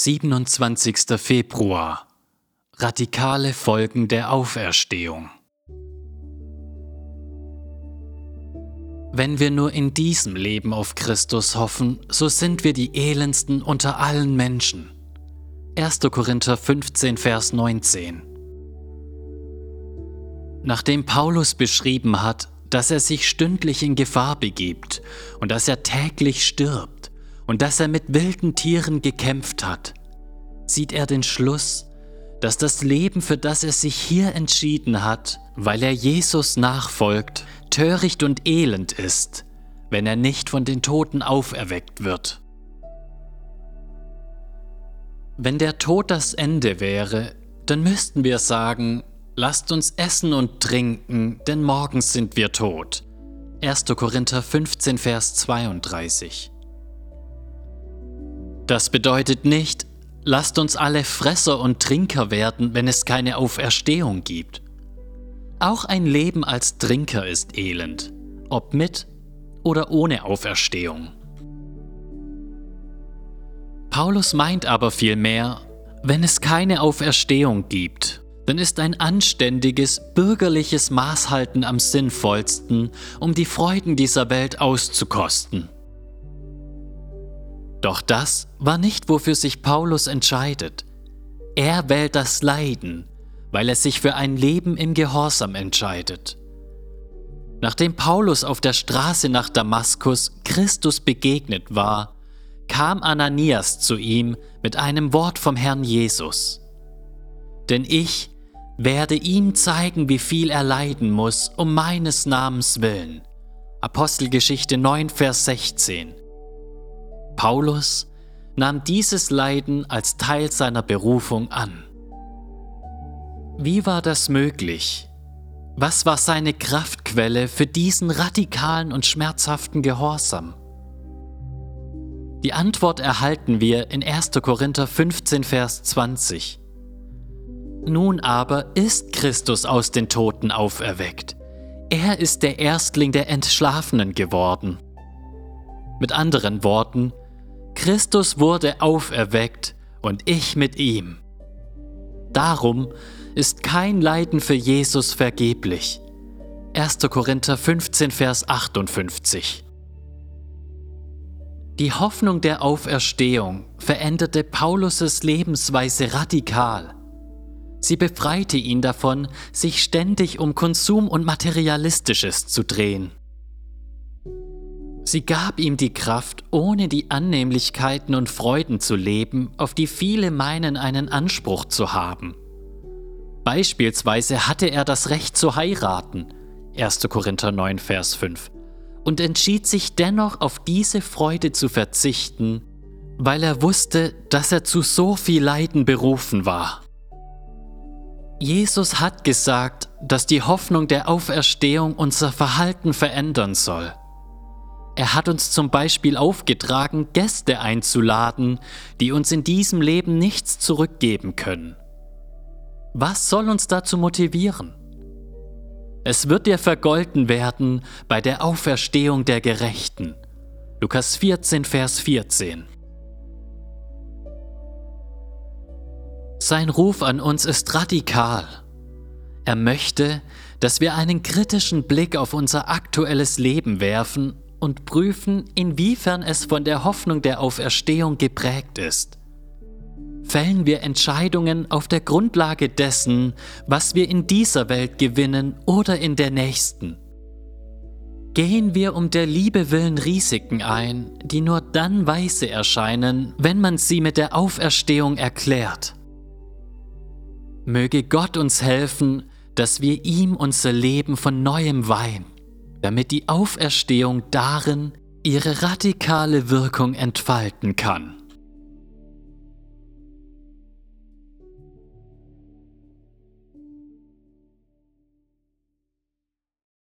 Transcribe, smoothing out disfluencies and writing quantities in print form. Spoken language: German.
27. Februar. Radikale Folgen der Auferstehung. Wenn wir nur in diesem Leben auf Christus hoffen, so sind wir die elendsten unter allen Menschen. 1. Korinther 15, Vers 19. Nachdem Paulus beschrieben hat, dass er sich stündlich in Gefahr begibt und dass er täglich stirbt und dass er mit wilden Tieren gekämpft hat, sieht er den Schluss, dass das Leben, für das er sich hier entschieden hat, weil er Jesus nachfolgt, töricht und elend ist, wenn er nicht von den Toten auferweckt wird. Wenn der Tod das Ende wäre, dann müssten wir sagen, lasst uns essen und trinken, denn morgen sind wir tot. 1. Korinther 15, Vers 32. Das bedeutet nicht, lasst uns alle Fresser und Trinker werden, wenn es keine Auferstehung gibt. Auch ein Leben als Trinker ist elend, ob mit oder ohne Auferstehung. Paulus meint aber vielmehr, wenn es keine Auferstehung gibt, dann ist ein anständiges, bürgerliches Maßhalten am sinnvollsten, um die Freuden dieser Welt auszukosten. Doch das war nicht, wofür sich Paulus entscheidet. Er wählt das Leiden, weil er sich für ein Leben im Gehorsam entscheidet. Nachdem Paulus auf der Straße nach Damaskus Christus begegnet war, kam Ananias zu ihm mit einem Wort vom Herrn Jesus. Denn ich werde ihm zeigen, wie viel er leiden muss, um meines Namens willen. Apostelgeschichte 9, Vers 16. Paulus nahm dieses Leiden als Teil seiner Berufung an. Wie war das möglich? Was war seine Kraftquelle für diesen radikalen und schmerzhaften Gehorsam? Die Antwort erhalten wir in 1. Korinther 15, Vers 20. Nun aber ist Christus aus den Toten auferweckt. Er ist der Erstling der Entschlafenen geworden. Mit anderen Worten, Christus wurde auferweckt und ich mit ihm. Darum ist kein Leiden für Jesus vergeblich. 1. Korinther 15, Vers 58. Die Hoffnung der Auferstehung veränderte Paulus' Lebensweise radikal. Sie befreite ihn davon, sich ständig um Konsum und Materialistisches zu drehen. Sie gab ihm die Kraft, ohne die Annehmlichkeiten und Freuden zu leben, auf die viele meinen, einen Anspruch zu haben. Beispielsweise hatte er das Recht zu heiraten, 1. Korinther 9, Vers 5, und entschied sich dennoch auf diese Freude zu verzichten, weil er wusste, dass er zu so viel Leiden berufen war. Jesus hat gesagt, dass die Hoffnung der Auferstehung unser Verhalten verändern soll. Er hat uns zum Beispiel aufgetragen, Gäste einzuladen, die uns in diesem Leben nichts zurückgeben können. Was soll uns dazu motivieren? Es wird dir vergolten werden bei der Auferstehung der Gerechten. Lukas 14, Vers 14. Sein Ruf an uns ist radikal. Er möchte, dass wir einen kritischen Blick auf unser aktuelles Leben werfen und prüfen, inwiefern es von der Hoffnung der Auferstehung geprägt ist. Fällen wir Entscheidungen auf der Grundlage dessen, was wir in dieser Welt gewinnen oder in der nächsten? Gehen wir um der Liebe willen Risiken ein, die nur dann weise erscheinen, wenn man sie mit der Auferstehung erklärt? Möge Gott uns helfen, dass wir ihm unser Leben von neuem weihen, damit die Auferstehung darin ihre radikale Wirkung entfalten kann.